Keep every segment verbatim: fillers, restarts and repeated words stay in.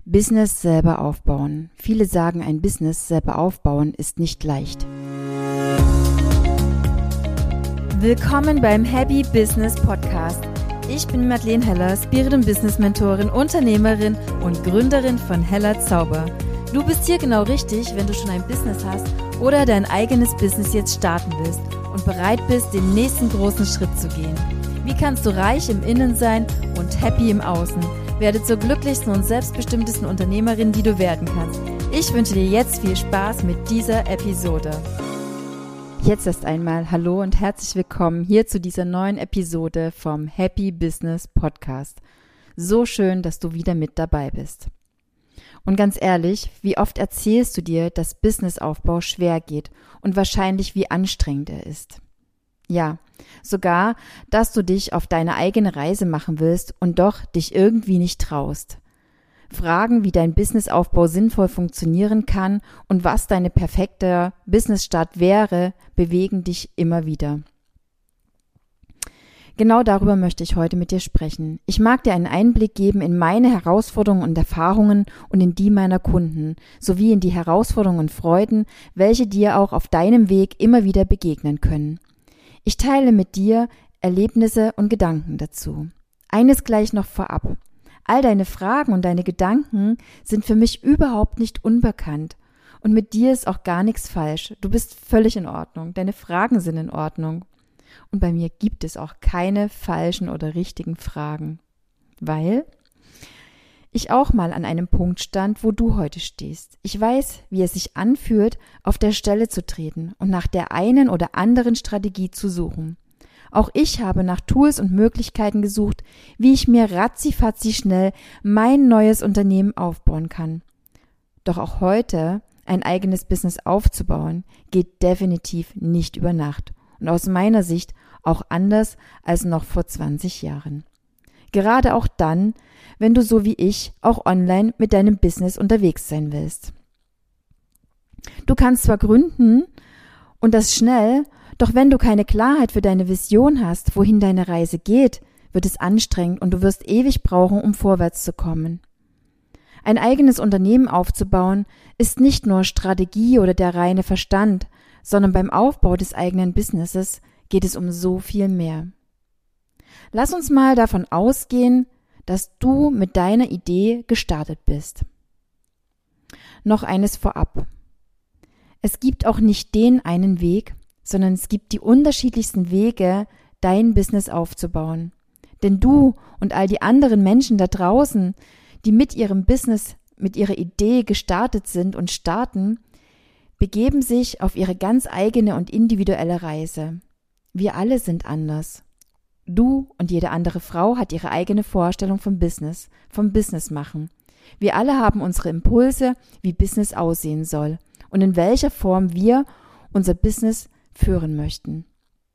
Business selber aufbauen. Viele sagen, ein Business selber aufbauen ist nicht leicht. Willkommen beim Happy Business Podcast. Ich bin Madeleine Heller, Spirit- und Business-Mentorin, Unternehmerin und Gründerin von Heller Zauber. Du bist hier genau richtig, wenn du schon ein Business hast oder dein eigenes Business jetzt starten willst und bereit bist, den nächsten großen Schritt zu gehen. Wie kannst du reich im Innen sein und happy im Außen? Werde zur glücklichsten und selbstbestimmtesten Unternehmerin, die du werden kannst. Ich wünsche dir jetzt viel Spaß mit dieser Episode. Jetzt erst einmal hallo und herzlich willkommen hier zu dieser neuen Episode vom Happy Business Podcast. So schön, dass du wieder mit dabei bist. Und ganz ehrlich, wie oft erzählst du dir, dass Businessaufbau schwer geht und wahrscheinlich wie anstrengend er ist? Ja, sogar, dass du dich auf deine eigene Reise machen willst und doch dich irgendwie nicht traust. Fragen, wie dein Businessaufbau sinnvoll funktionieren kann und was deine perfekte Businessstart wäre, bewegen dich immer wieder. Genau darüber möchte ich heute mit dir sprechen. Ich mag dir einen Einblick geben in meine Herausforderungen und Erfahrungen und in die meiner Kunden, sowie in die Herausforderungen und Freuden, welche dir auch auf deinem Weg immer wieder begegnen können. Ich teile mit dir Erlebnisse und Gedanken dazu. Eines gleich noch vorab. All deine Fragen und deine Gedanken sind für mich überhaupt nicht unbekannt. Und mit dir ist auch gar nichts falsch. Du bist völlig in Ordnung. Deine Fragen sind in Ordnung. Und bei mir gibt es auch keine falschen oder richtigen Fragen. Weil ich auch mal an einem Punkt stand, wo du heute stehst. Ich weiß, wie es sich anfühlt, auf der Stelle zu treten und nach der einen oder anderen Strategie zu suchen. Auch ich habe nach Tools und Möglichkeiten gesucht, wie ich mir ratzifatzi schnell mein neues Unternehmen aufbauen kann. Doch auch heute ein eigenes Business aufzubauen, geht definitiv nicht über Nacht und aus meiner Sicht auch anders als noch vor zwanzig Jahren. Gerade auch dann, wenn du so wie ich auch online mit deinem Business unterwegs sein willst. Du kannst zwar gründen und das schnell, doch wenn du keine Klarheit für deine Vision hast, wohin deine Reise geht, wird es anstrengend und du wirst ewig brauchen, um vorwärts zu kommen. Ein eigenes Unternehmen aufzubauen ist nicht nur Strategie oder der reine Verstand, sondern beim Aufbau des eigenen Businesses geht es um so viel mehr. Lass uns mal davon ausgehen, dass du mit deiner Idee gestartet bist. Noch eines vorab. Es gibt auch nicht den einen Weg, sondern es gibt die unterschiedlichsten Wege, dein Business aufzubauen. Denn du und all die anderen Menschen da draußen, die mit ihrem Business, mit ihrer Idee gestartet sind und starten, begeben sich auf ihre ganz eigene und individuelle Reise. Wir alle sind anders. Du und jede andere Frau hat ihre eigene Vorstellung vom Business, vom Business machen. Wir alle haben unsere Impulse, wie Business aussehen soll und in welcher Form wir unser Business führen möchten.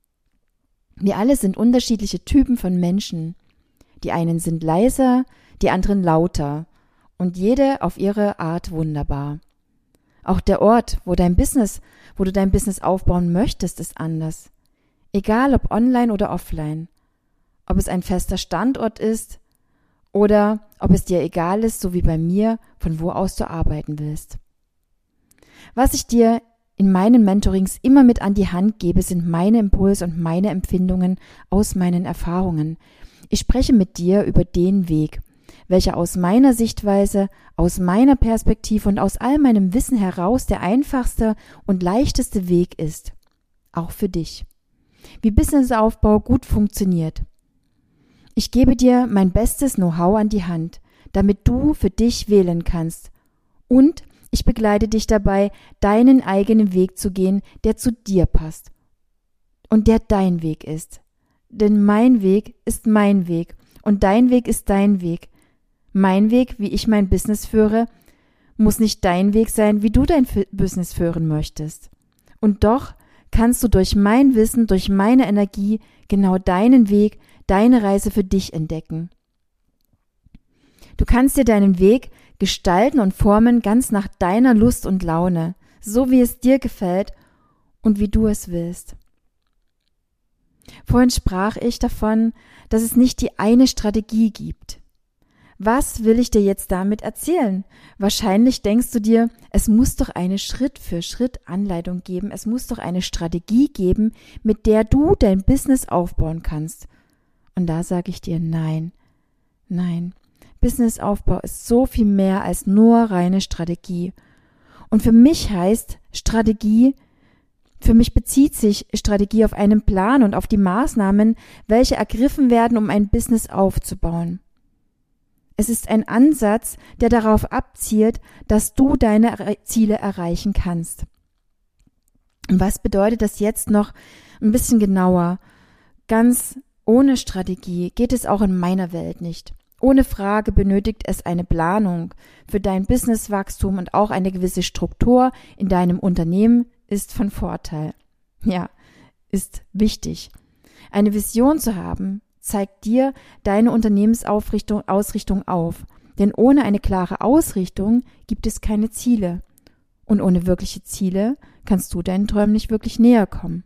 Wir alle sind unterschiedliche Typen von Menschen. Die einen sind leiser, die anderen lauter und jede auf ihre Art wunderbar. Auch der Ort, wo dein Business, wo du dein Business aufbauen möchtest, ist anders. Egal ob online oder offline. Ob es ein fester Standort ist oder ob es dir egal ist, so wie bei mir, von wo aus du arbeiten willst. Was ich dir in meinen Mentorings immer mit an die Hand gebe, sind meine Impulse und meine Empfindungen aus meinen Erfahrungen. Ich spreche mit dir über den Weg, welcher aus meiner Sichtweise, aus meiner Perspektive und aus all meinem Wissen heraus der einfachste und leichteste Weg ist. Auch für dich. Wie Businessaufbau gut funktioniert. Ich gebe dir mein bestes Know-how an die Hand, damit du für dich wählen kannst. Und ich begleite dich dabei, deinen eigenen Weg zu gehen, der zu dir passt. Und der dein Weg ist. Denn mein Weg ist mein Weg und dein Weg ist dein Weg. Mein Weg, wie ich mein Business führe, muss nicht dein Weg sein, wie du dein Business führen möchtest. Und doch kannst du durch mein Wissen, durch meine Energie genau deinen Weg, deine Reise für dich entdecken. Du kannst dir deinen Weg gestalten und formen ganz nach deiner Lust und Laune, so wie es dir gefällt und wie du es willst. Vorhin sprach ich davon, dass es nicht die eine Strategie gibt. Was will ich dir jetzt damit erzählen? Wahrscheinlich denkst du dir, es muss doch eine Schritt-für-Schritt-Anleitung geben, es muss doch eine Strategie geben, mit der du dein Business aufbauen kannst. Und da sage ich dir, nein, nein. Businessaufbau ist so viel mehr als nur reine Strategie. Und für mich heißt Strategie, für mich bezieht sich Strategie auf einen Plan und auf die Maßnahmen, welche ergriffen werden, um ein Business aufzubauen. Es ist ein Ansatz, der darauf abzielt, dass du deine Ziele erreichen kannst. Und was bedeutet das jetzt noch ein bisschen genauer? Ganz ohne Strategie geht es auch in meiner Welt nicht. Ohne Frage benötigt es eine Planung für dein Businesswachstum und auch eine gewisse Struktur in deinem Unternehmen ist von Vorteil. Ja, ist wichtig. Eine Vision zu haben, zeigt dir deine Unternehmensausrichtung Ausrichtung auf. Denn ohne eine klare Ausrichtung gibt es keine Ziele. Und ohne wirkliche Ziele kannst du deinen Träumen nicht wirklich näher kommen.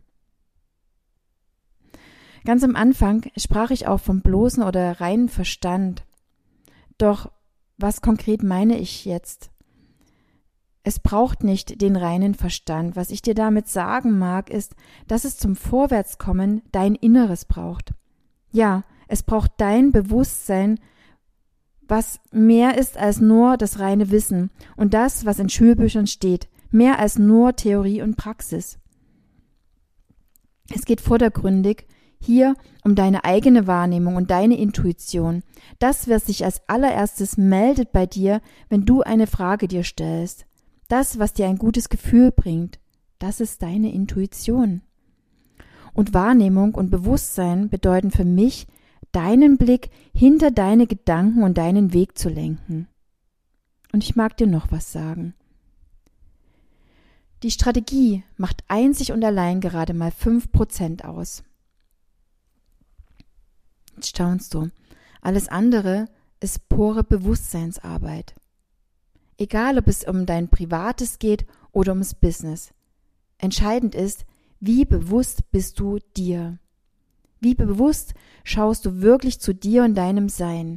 Ganz am Anfang sprach ich auch vom bloßen oder reinen Verstand. Doch was konkret meine ich jetzt? Es braucht nicht den reinen Verstand. Was ich dir damit sagen mag, ist, dass es zum Vorwärtskommen dein Inneres braucht. Ja, es braucht dein Bewusstsein, was mehr ist als nur das reine Wissen und das, was in Schulbüchern steht, mehr als nur Theorie und Praxis. Es geht vordergründig hier um deine eigene Wahrnehmung und deine Intuition. Das, was sich als allererstes meldet bei dir, wenn du eine Frage dir stellst. Das, was dir ein gutes Gefühl bringt, das ist deine Intuition. Und Wahrnehmung und Bewusstsein bedeuten für mich, deinen Blick hinter deine Gedanken und deinen Weg zu lenken. Und ich mag dir noch was sagen. Die Strategie macht einzig und allein gerade mal fünf Prozent aus. Jetzt staunst du. Alles andere ist pure Bewusstseinsarbeit. Egal, ob es um dein Privates geht oder ums Business. Entscheidend ist, wie bewusst bist du dir? Wie bewusst schaust du wirklich zu dir und deinem Sein?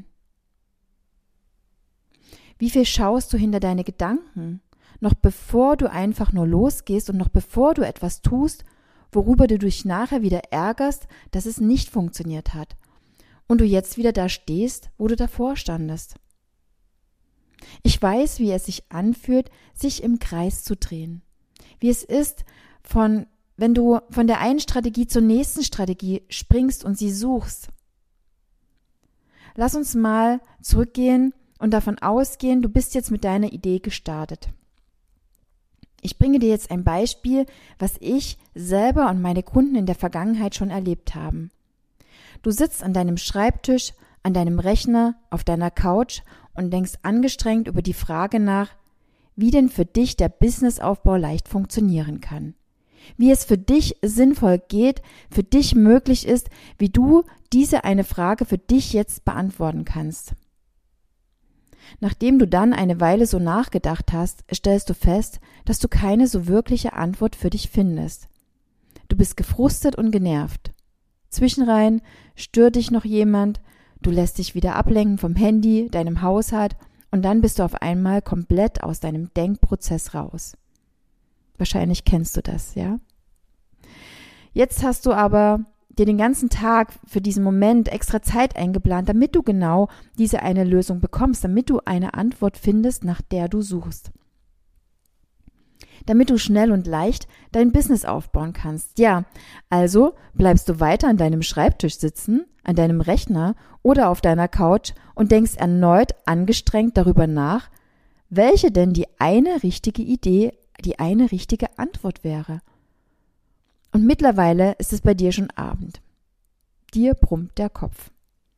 Wie viel schaust du hinter deine Gedanken, noch bevor du einfach nur losgehst und noch bevor du etwas tust, worüber du dich nachher wieder ärgerst, dass es nicht funktioniert hat und du jetzt wieder da stehst, wo du davor standest? Ich weiß, wie es sich anfühlt, sich im Kreis zu drehen. Wie es ist, von, wenn du von der einen Strategie zur nächsten Strategie springst und sie suchst. Lass uns mal zurückgehen und davon ausgehen, du bist jetzt mit deiner Idee gestartet. Ich bringe dir jetzt ein Beispiel, was ich selber und meine Kunden in der Vergangenheit schon erlebt haben. Du sitzt an deinem Schreibtisch, an deinem Rechner, auf deiner Couch und denkst angestrengt über die Frage nach, wie denn für dich der Businessaufbau leicht funktionieren kann. Wie es für dich sinnvoll geht, für dich möglich ist, wie du diese eine Frage für dich jetzt beantworten kannst. Nachdem du dann eine Weile so nachgedacht hast, stellst du fest, dass du keine so wirkliche Antwort für dich findest. Du bist gefrustet und genervt. Zwischenrein stört dich noch jemand, du lässt dich wieder ablenken vom Handy, deinem Haushalt und dann bist du auf einmal komplett aus deinem Denkprozess raus. Wahrscheinlich kennst du das, ja? Jetzt hast du aber dir den ganzen Tag für diesen Moment extra Zeit eingeplant, damit du genau diese eine Lösung bekommst, damit du eine Antwort findest, nach der du suchst. Damit du schnell und leicht dein Business aufbauen kannst. Ja, also bleibst du weiter an deinem Schreibtisch sitzen, an deinem Rechner oder auf deiner Couch und denkst erneut angestrengt darüber nach, welche denn die eine richtige Idee, die eine richtige Antwort wäre. Und mittlerweile ist es bei dir schon Abend. Dir brummt der Kopf.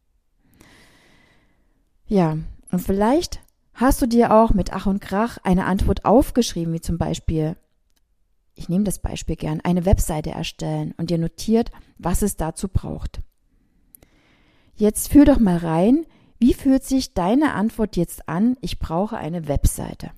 Ja, und vielleicht hast du dir auch mit Ach und Krach eine Antwort aufgeschrieben, wie zum Beispiel, ich nehme das Beispiel gern, eine Webseite erstellen und dir notiert, was es dazu braucht. Jetzt fühl doch mal rein, wie fühlt sich deine Antwort jetzt an, ich brauche eine Webseite?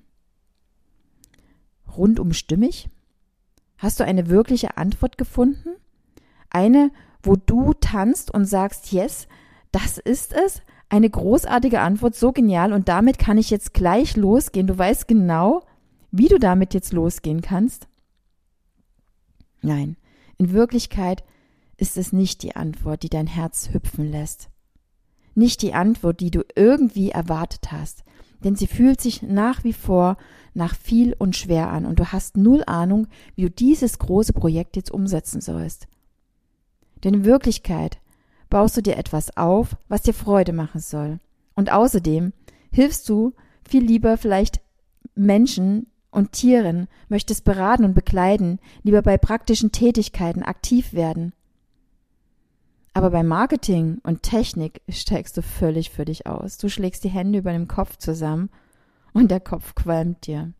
Rundum stimmig? Hast du eine wirkliche Antwort gefunden? Eine, wo du tanzt und sagst, yes, das ist es? eine großartige Antwort, so genial und damit kann ich jetzt gleich losgehen. Du weißt genau, wie du damit jetzt losgehen kannst? Nein, in Wirklichkeit ist es nicht die Antwort, die dein Herz hüpfen lässt. Nicht die Antwort, die du irgendwie erwartet hast, denn sie fühlt sich nach wie vor nach viel und schwer an und du hast null Ahnung, wie du dieses große Projekt jetzt umsetzen sollst. Denn in Wirklichkeit baust du dir etwas auf, was dir Freude machen soll. Und außerdem hilfst du viel lieber vielleicht Menschen und Tieren, möchtest beraten und begleiten, lieber bei praktischen Tätigkeiten aktiv werden. Aber bei Marketing und Technik steigst du völlig für dich aus. Du schlägst die Hände über dem Kopf zusammen und der Kopf qualmt dir.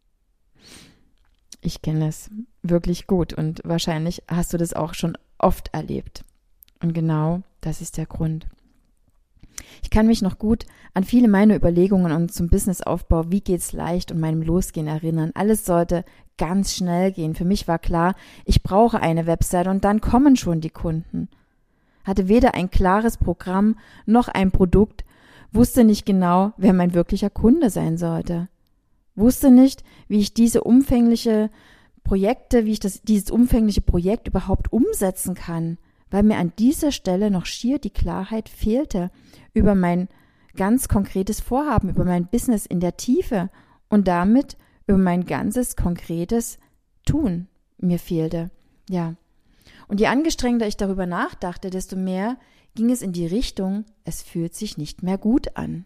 Ich kenne es wirklich gut und wahrscheinlich hast du das auch schon oft erlebt. Und genau das ist der Grund. Ich kann mich noch gut an viele meiner Überlegungen und zum Businessaufbau, wie geht's leicht und meinem Losgehen erinnern. Alles sollte ganz schnell gehen. Für mich war klar, ich brauche eine Website und dann kommen schon die Kunden. Hatte weder ein klares Programm noch ein Produkt, wusste nicht genau, wer mein wirklicher Kunde sein sollte. Wusste nicht, wie ich diese umfängliche Projekte, wie ich das, dieses umfängliche Projekt überhaupt umsetzen kann, weil mir an dieser Stelle noch schier die Klarheit fehlte über mein ganz konkretes Vorhaben, über mein Business in der Tiefe und damit über mein ganzes konkretes Tun mir fehlte. Ja. Und je angestrengter ich darüber nachdachte, desto mehr ging es in die Richtung, es fühlt sich nicht mehr gut an.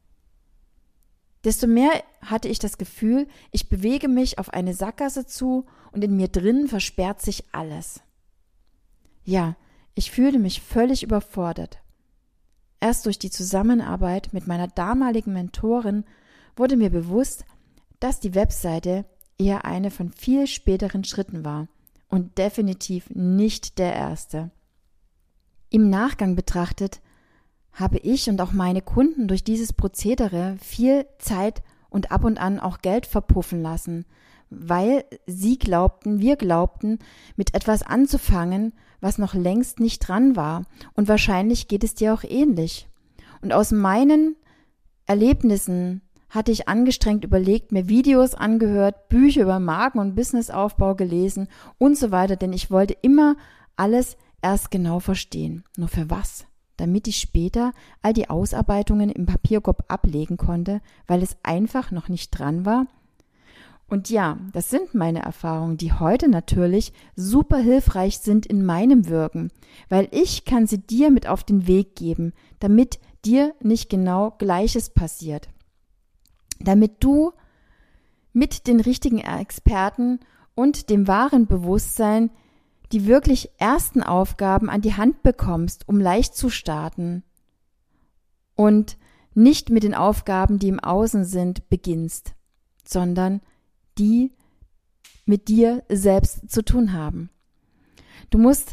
Desto mehr hatte ich das Gefühl, ich bewege mich auf eine Sackgasse zu und in mir drinnen versperrt sich alles. Ja, ich fühlte mich völlig überfordert. Erst durch die Zusammenarbeit mit meiner damaligen Mentorin wurde mir bewusst, dass die Webseite eher eine von viel späteren Schritten war und definitiv nicht der erste. Im Nachgang betrachtet habe ich und auch meine Kunden durch dieses Prozedere viel Zeit und ab und an auch Geld verpuffen lassen, weil sie glaubten, wir glaubten, mit etwas anzufangen, was noch längst nicht dran war. Und wahrscheinlich geht es dir auch ähnlich. Und aus meinen Erlebnissen hatte ich angestrengt überlegt, mir Videos angehört, Bücher über Marken- und Businessaufbau gelesen und so weiter, denn ich wollte immer alles erst genau verstehen. Nur für was? Damit ich später all die Ausarbeitungen im Papierkorb ablegen konnte, weil es einfach noch nicht dran war. Und ja, das sind meine Erfahrungen, die heute natürlich super hilfreich sind in meinem Wirken, weil ich kann sie dir mit auf den Weg geben, damit dir nicht genau Gleiches passiert. Damit du mit den richtigen Experten und dem wahren Bewusstsein die wirklich ersten Aufgaben an die Hand bekommst, um leicht zu starten und nicht mit den Aufgaben, die im Außen sind, beginnst, sondern die mit dir selbst zu tun haben. Du musst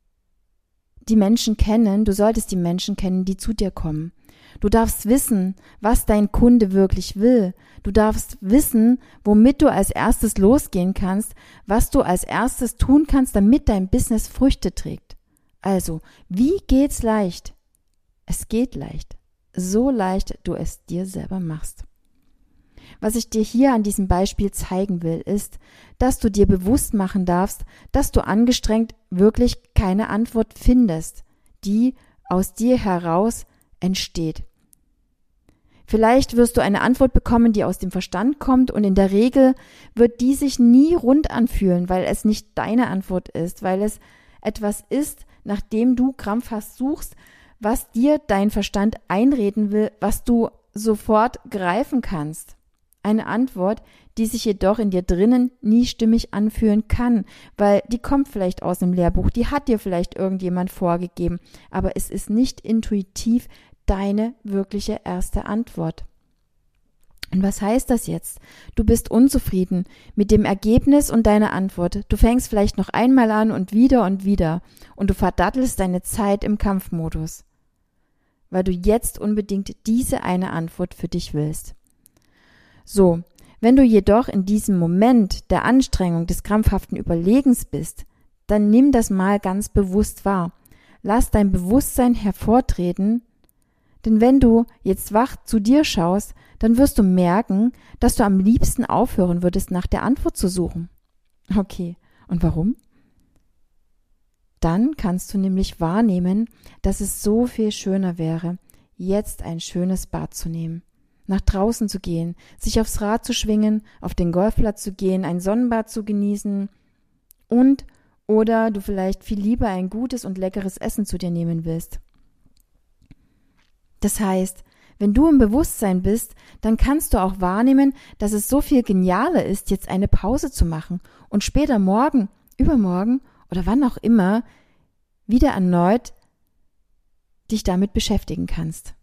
die Menschen kennen, du solltest die Menschen kennen, die zu dir kommen. Du darfst wissen, was dein Kunde wirklich will. Du darfst wissen, womit du als erstes losgehen kannst, was du als erstes tun kannst, damit dein Business Früchte trägt. Also, wie geht's leicht? Es geht leicht. So leicht du es dir selber machst. Was ich dir hier an diesem Beispiel zeigen will, ist, dass du dir bewusst machen darfst, dass du angestrengt wirklich keine Antwort findest, die aus dir heraus entsteht. Vielleicht wirst du eine Antwort bekommen, die aus dem Verstand kommt und in der Regel wird die sich nie rund anfühlen, weil es nicht deine Antwort ist, weil es etwas ist, nach dem du krampfhaft suchst, was dir dein Verstand einreden will, was du sofort greifen kannst. Eine Antwort, die sich jedoch in dir drinnen nie stimmig anfühlen kann, weil die kommt vielleicht aus dem Lehrbuch, die hat dir vielleicht irgendjemand vorgegeben, aber es ist nicht intuitiv deine wirkliche erste Antwort. Und was heißt das jetzt? Du bist unzufrieden mit dem Ergebnis und deiner Antwort. Du fängst vielleicht noch einmal an und wieder und wieder und du verdattelst deine Zeit im Kampfmodus, weil du jetzt unbedingt diese eine Antwort für dich willst. So, wenn du jedoch in diesem Moment der Anstrengung des krampfhaften Überlegens bist, dann nimm das mal ganz bewusst wahr. Lass dein Bewusstsein hervortreten, Denn wenn du jetzt wach zu dir schaust, dann wirst du merken, dass du am liebsten aufhören würdest, nach der Antwort zu suchen. Okay, und warum? Dann kannst du nämlich wahrnehmen, dass es so viel schöner wäre, jetzt ein schönes Bad zu nehmen, nach draußen zu gehen, sich aufs Rad zu schwingen, auf den Golfplatz zu gehen, ein Sonnenbad zu genießen und oder du vielleicht viel lieber ein gutes und leckeres Essen zu dir nehmen willst. Das heißt, wenn du im Bewusstsein bist, dann kannst du auch wahrnehmen, dass es so viel genialer ist, jetzt eine Pause zu machen und später morgen, übermorgen oder wann auch immer wieder erneut dich damit beschäftigen kannst.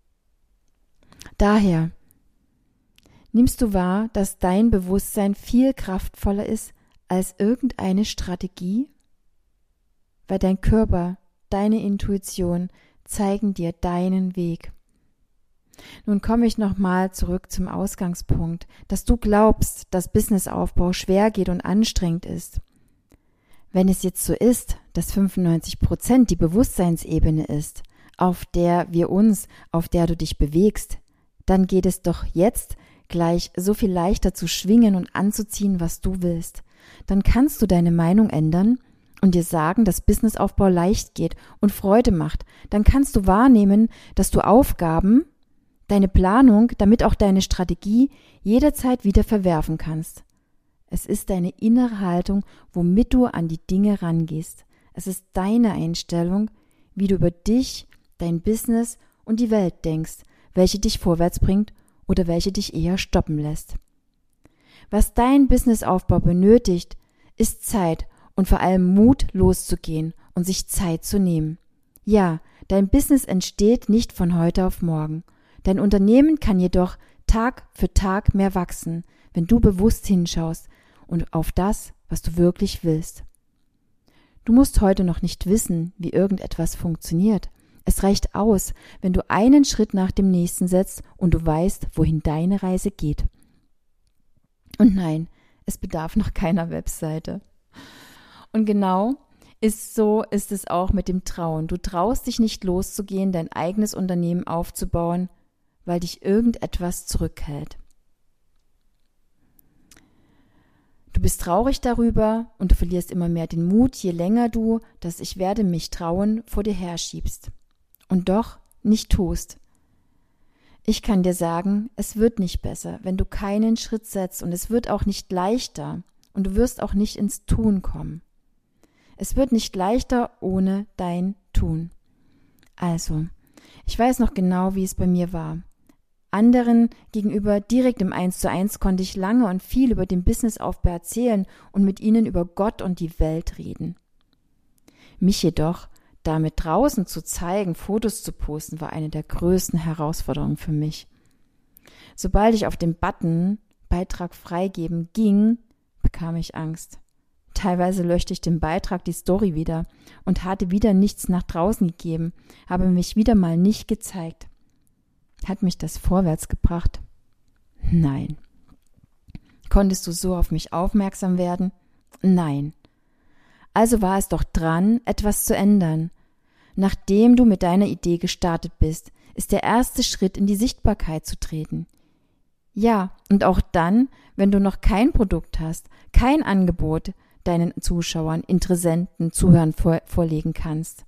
Daher nimmst du wahr, dass dein Bewusstsein viel kraftvoller ist als irgendeine Strategie, weil dein Körper, deine Intuition zeigen dir deinen Weg. Nun komme ich nochmal zurück zum Ausgangspunkt, dass du glaubst, dass Businessaufbau schwer geht und anstrengend ist. Wenn es jetzt so ist, dass fünfundneunzig Prozent die Bewusstseinsebene ist, auf der wir uns, auf der du dich bewegst, dann geht es doch jetzt gleich so viel leichter zu schwingen und anzuziehen, was du willst. Dann kannst du deine Meinung ändern und dir sagen, dass Businessaufbau leicht geht und Freude macht. Dann kannst du wahrnehmen, dass du Aufgaben, deine Planung, damit auch deine Strategie jederzeit wieder verwerfen kannst. Es ist deine innere Haltung, womit du an die Dinge rangehst. Es ist deine Einstellung, wie du über dich, dein Business und die Welt denkst, welche dich vorwärts bringt oder welche dich eher stoppen lässt. Was dein Businessaufbau benötigt, ist Zeit und vor allem Mut, loszugehen und sich Zeit zu nehmen. Ja, dein Business entsteht nicht von heute auf morgen. Dein Unternehmen kann jedoch Tag für Tag mehr wachsen, wenn du bewusst hinschaust und auf das, was du wirklich willst. Du musst heute noch nicht wissen, wie irgendetwas funktioniert. Es reicht aus, wenn du einen Schritt nach dem nächsten setzt und du weißt, wohin deine Reise geht. Und nein, es bedarf noch keiner Webseite. Und genau ist so ist es auch mit dem Trauen. Du traust dich nicht loszugehen, dein eigenes Unternehmen aufzubauen, weil dich irgendetwas zurückhält. Du bist traurig darüber und du verlierst immer mehr den Mut, je länger du das Ich werde mich trauen vor dir herschiebst und doch nicht tust. Ich kann dir sagen, es wird nicht besser, wenn du keinen Schritt setzt und es wird auch nicht leichter und du wirst auch nicht ins Tun kommen. Es wird nicht leichter ohne dein Tun. Also, ich weiß noch genau, wie es bei mir war. Anderen gegenüber direkt im Eins zu eins konnte ich lange und viel über den Businessaufbau erzählen und mit ihnen über Gott und die Welt reden. Mich jedoch damit draußen zu zeigen, Fotos zu posten, war eine der größten Herausforderungen für mich. Sobald ich auf den Button Beitrag freigeben ging, bekam ich Angst. Teilweise löschte ich den Beitrag, die Story wieder und hatte wieder nichts nach draußen gegeben, habe mich wieder mal nicht gezeigt. Hat mich das vorwärts gebracht? Nein. Konntest du so auf mich aufmerksam werden? Nein. Also war es doch dran, etwas zu ändern. Nachdem du mit deiner Idee gestartet bist, ist der erste Schritt, in die Sichtbarkeit zu treten. Ja, und auch dann, wenn du noch kein Produkt hast, kein Angebot deinen Zuschauern, Interessenten, Zuhörern vor, vorlegen kannst.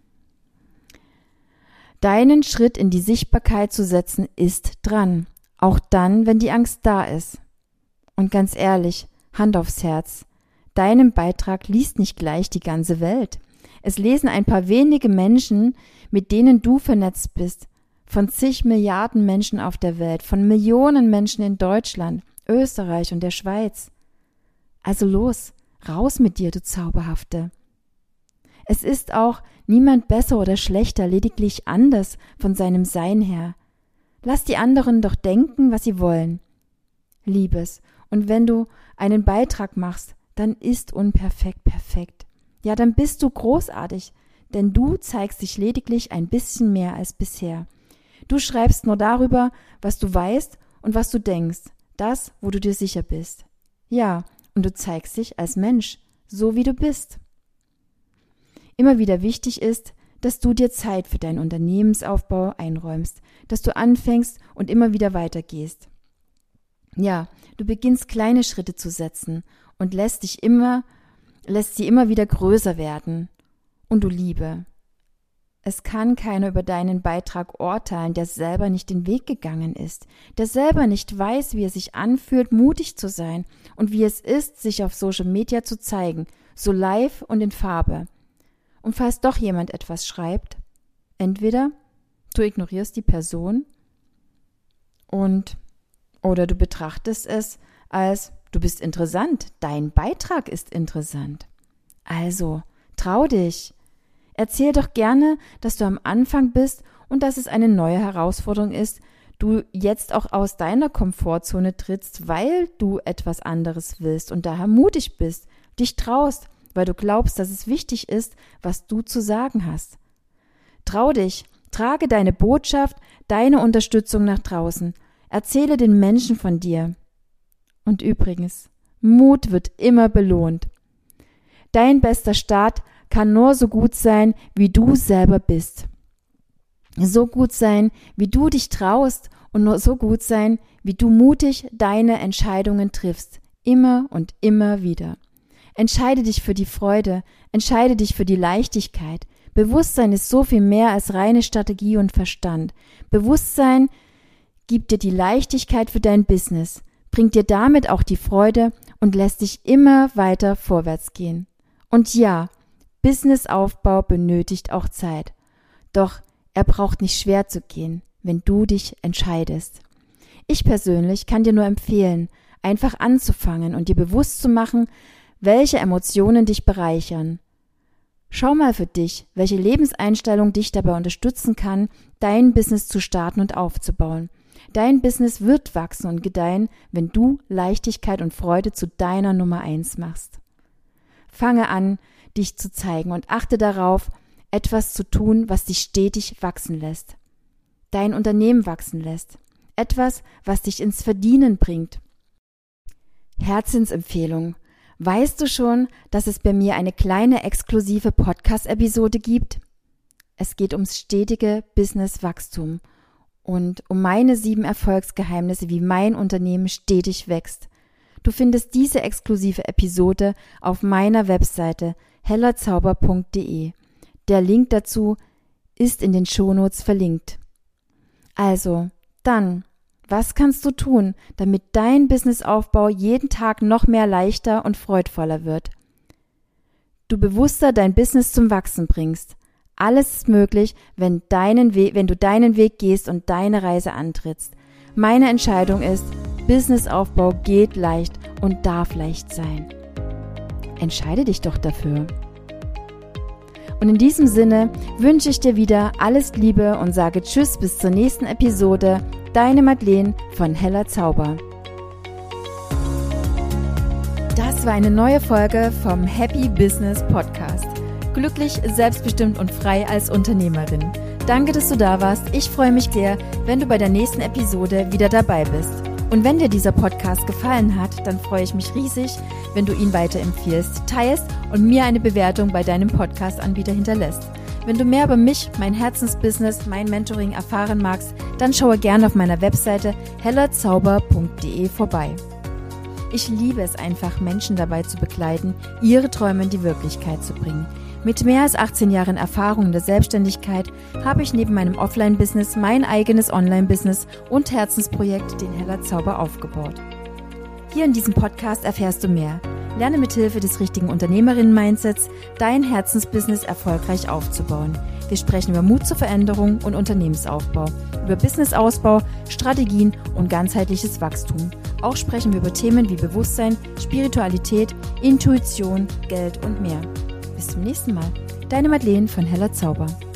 Deinen Schritt in die Sichtbarkeit zu setzen, ist dran. Auch dann, wenn die Angst da ist. Und ganz ehrlich, Hand aufs Herz, deinen Beitrag liest nicht gleich die ganze Welt. Es lesen ein paar wenige Menschen, mit denen du vernetzt bist. Von zig Milliarden Menschen auf der Welt, von Millionen Menschen in Deutschland, Österreich und der Schweiz. Also los, raus mit dir, du Zauberhafte. Es ist auch niemand besser oder schlechter, lediglich anders von seinem Sein her. Lass die anderen doch denken, was sie wollen. Liebes, und wenn du einen Beitrag machst, dann ist unperfekt perfekt. Ja, dann bist du großartig, denn du zeigst dich lediglich ein bisschen mehr als bisher. Du schreibst nur darüber, was du weißt und was du denkst, das, wo du dir sicher bist. Ja, und du zeigst dich als Mensch, so wie du bist. Immer wieder wichtig ist, dass du dir Zeit für deinen Unternehmensaufbau einräumst, dass du anfängst und immer wieder weitergehst. Ja, du beginnst kleine Schritte zu setzen und lässt dich immer, lässt sie immer wieder größer werden. Und du Liebe, es kann keiner über deinen Beitrag urteilen, der selber nicht den Weg gegangen ist, der selber nicht weiß, wie es sich anfühlt, mutig zu sein und wie es ist, sich auf Social Media zu zeigen, so live und in Farbe. Und falls doch jemand etwas schreibt, entweder du ignorierst die Person und oder du betrachtest es als du bist interessant, dein Beitrag ist interessant. Also, trau dich. Erzähl doch gerne, dass du am Anfang bist und dass es eine neue Herausforderung ist, du jetzt auch aus deiner Komfortzone trittst, weil du etwas anderes willst und daher mutig bist, dich traust, weil du glaubst, dass es wichtig ist, was du zu sagen hast. Trau dich, trage deine Botschaft, deine Unterstützung nach draußen. Erzähle den Menschen von dir. Und übrigens, Mut wird immer belohnt. Dein bester Start kann nur so gut sein, wie du selber bist. So gut sein, wie du dich traust und nur so gut sein, wie du mutig deine Entscheidungen triffst. Immer und immer wieder. Entscheide dich für die Freude, entscheide dich für die Leichtigkeit. Bewusstsein ist so viel mehr als reine Strategie und Verstand. Bewusstsein gibt dir die Leichtigkeit für dein Business, bringt dir damit auch die Freude und lässt dich immer weiter vorwärts gehen. Und ja, Businessaufbau benötigt auch Zeit. Doch er braucht nicht schwer zu gehen, wenn du dich entscheidest. Ich persönlich kann dir nur empfehlen, einfach anzufangen und dir bewusst zu machen, welche Emotionen dich bereichern. Schau mal für dich, welche Lebenseinstellung dich dabei unterstützen kann, dein Business zu starten und aufzubauen. Dein Business wird wachsen und gedeihen, wenn du Leichtigkeit und Freude zu deiner Nummer eins machst. Fange an, dich zu zeigen und achte darauf, etwas zu tun, was dich stetig wachsen lässt. Dein Unternehmen wachsen lässt. Etwas, was dich ins Verdienen bringt. Herzensempfehlung. Weißt du schon, dass es bei mir eine kleine exklusive Podcast-Episode gibt? Es geht ums stetige Business-Wachstum und um meine sieben Erfolgsgeheimnisse, wie mein Unternehmen stetig wächst. Du findest diese exklusive Episode auf meiner Webseite hellerzauber punkt de. Der Link dazu ist in den Shownotes verlinkt. Also, dann, was kannst du tun, damit dein Businessaufbau jeden Tag noch mehr leichter und freudvoller wird? Du bewusster dein Business zum Wachsen bringst. Alles ist möglich, wenn, deinen We- wenn du deinen Weg gehst und deine Reise antrittst. Meine Entscheidung ist, Businessaufbau geht leicht und darf leicht sein. Entscheide dich doch dafür. Und in diesem Sinne wünsche ich dir wieder alles Liebe und sage Tschüss bis zur nächsten Episode. Deine Madeleine von Heller Zauber. Das war eine neue Folge vom Happy Business Podcast. Glücklich, selbstbestimmt und frei als Unternehmerin. Danke, dass du da warst. Ich freue mich sehr, wenn du bei der nächsten Episode wieder dabei bist. Und wenn dir dieser Podcast gefallen hat, dann freue ich mich riesig, wenn du ihn weiterempfiehlst, teilst und mir eine Bewertung bei deinem Podcast-Anbieter hinterlässt. Wenn du mehr über mich, mein Herzensbusiness, mein Mentoring erfahren magst, dann schaue gerne auf meiner Webseite hellerzauber punkt de vorbei. Ich liebe es einfach, Menschen dabei zu begleiten, ihre Träume in die Wirklichkeit zu bringen. Mit mehr als achtzehn Jahren Erfahrung in der Selbstständigkeit habe ich neben meinem Offline-Business mein eigenes Online-Business und Herzensprojekt, den Heller Zauber, aufgebaut. Hier in diesem Podcast erfährst du mehr. Lerne mithilfe des richtigen Unternehmerinnen-Mindsets, dein Herzensbusiness erfolgreich aufzubauen. Wir sprechen über Mut zur Veränderung und Unternehmensaufbau, über Businessausbau, Strategien und ganzheitliches Wachstum. Auch sprechen wir über Themen wie Bewusstsein, Spiritualität, Intuition, Geld und mehr. Bis zum nächsten Mal. Deine Madeleine von Heller Zauber.